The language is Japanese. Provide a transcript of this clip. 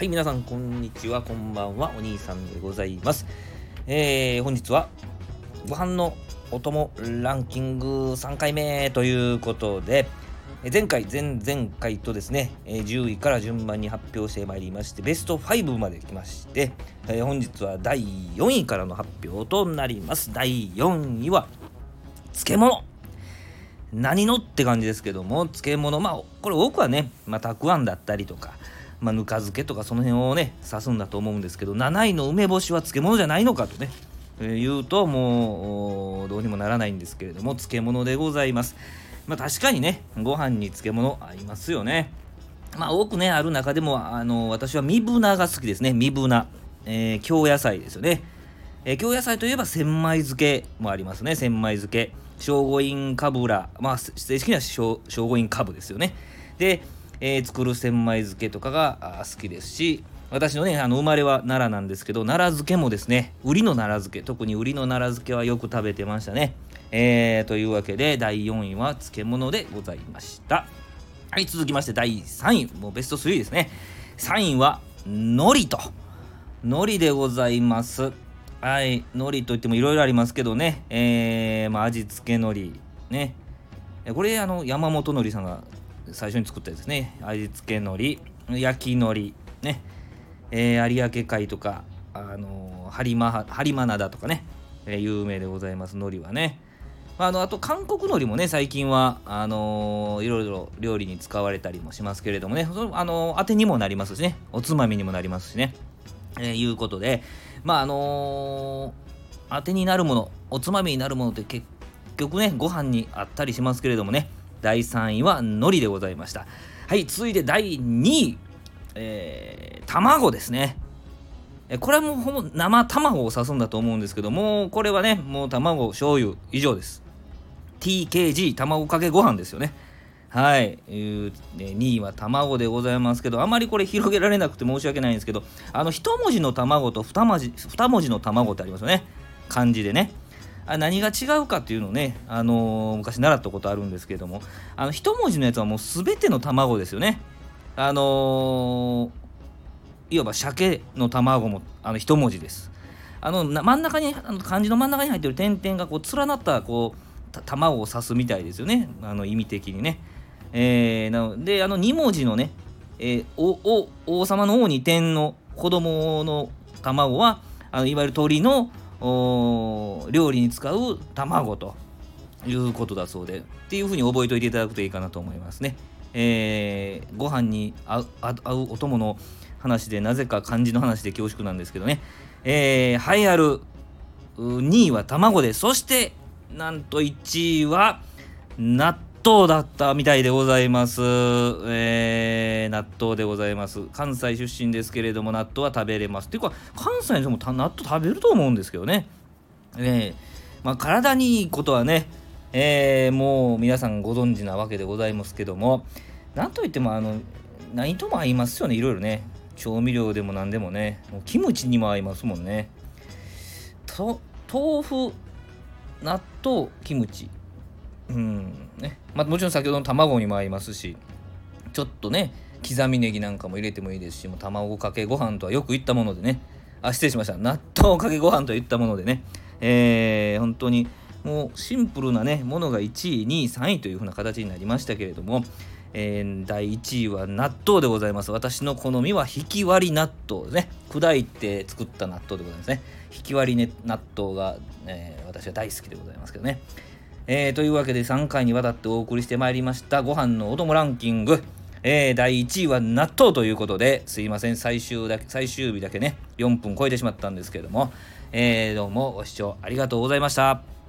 はい、皆さんこんにちは、こんばんは、お兄さんでございます。本日はご飯のお供ランキング3回目ということで、前回前々回とですね、10位から順番に発表してまいりまして、ベスト5まで来まして、本日は第4位からの発表となります。第4位は漬物。何のって感じですけども、漬物、これ多くはね、たくあんだったりとか、ぬか漬けとかその辺をね指すんだと思うんですけど、7位の梅干しは漬物じゃないのかとね、言うともうどうにもならないんですけれども、漬物でございます。確かにね、ご飯に漬物合いますよね。多くねある中でも私は三分菜が好きですね。三分菜、京野菜ですよね。京野菜といえば千枚漬けもありますね。千枚漬け、聖護院かぶら、正式には聖護院かぶですよね。で、作る千枚漬けとかが好きですし、私のね生まれは奈良なんですけど、奈良漬けもですね、売りの奈良漬け、特に売りの奈良漬けはよく食べてましたね。というわけで第4位は漬物でございました。はい、続きまして第3位、もうベスト3ですね。3位は海苔と海苔でございます。はい、海苔といってもいろいろありますけどね、味付け海苔ね、これ山本海苔さんが最初に作ったやつですね。味付け海苔、焼き海苔ね、有明海とか播磨灘とかね、有名でございます。海苔はね、あと韓国海苔もね最近はいろいろ料理に使われたりもしますけれどもね、当てにもなりますしね、おつまみにもなりますしね、いうことで、当てになるもの、おつまみになるものって結局ねご飯にあったりしますけれどもね、第3位は海苔でございました。はい、続いて第2位、卵ですね。これはもうほぼ生卵を指すんだと思うんですけども、これはねもう卵醤油以上です。 TKG 卵かけご飯ですよね。はい、2位は卵でございますけど、あまりこれ広げられなくて申し訳ないんですけど、一文字の卵と二文字の卵ってありますよね、漢字でね。何が違うかっていうのをね、昔習ったことあるんですけれども、一文字のやつはもう全ての卵ですよね。いわば鮭の卵も一文字です。真ん中に漢字の真ん中に入ってる点々がこう連なった卵を指すみたいですよね、意味的にね。なので2文字のね、王様の王に点の子供の卵はいわゆる鳥の料理に使う卵ということだそうで、っていうふうに覚えておいていただくといいかなと思いますね。ご飯に合うお供の話で、なぜか漢字の話で恐縮なんですけどね、栄えある2位は卵で、そしてなんと1位は納豆だったみたいでございます。納豆でございます。関西出身ですけれども、納豆は食べれますっていうか、関西の人も納豆食べると思うんですけどね。体にいいことはね、もう皆さんご存知なわけでございますけども、なんといっても何とも合いますよね。いろいろね、調味料でも何でもね、もうキムチにも合いますもんね。豆腐、納豆、キムチ、ね、もちろん先ほどの卵にも合いますし、ちょっとね刻みネギなんかも入れてもいいですし、もう卵かけご飯とはよく言ったものでね、失礼しました、納豆かけご飯と言ったものでね、本当にもうシンプルなねものが1位2位3位という風な形になりましたけれども、第1位は納豆でございます。私の好みはひき割り納豆ですね。砕いて作った納豆でございますね。ひき割り、納豆が、私は大好きでございますけどね。というわけで3回にわたってお送りしてまいりましたご飯のお供ランキング、第1位は納豆ということで、すいません、最終日だけね4分超えてしまったんですけれども、どうもご視聴ありがとうございました。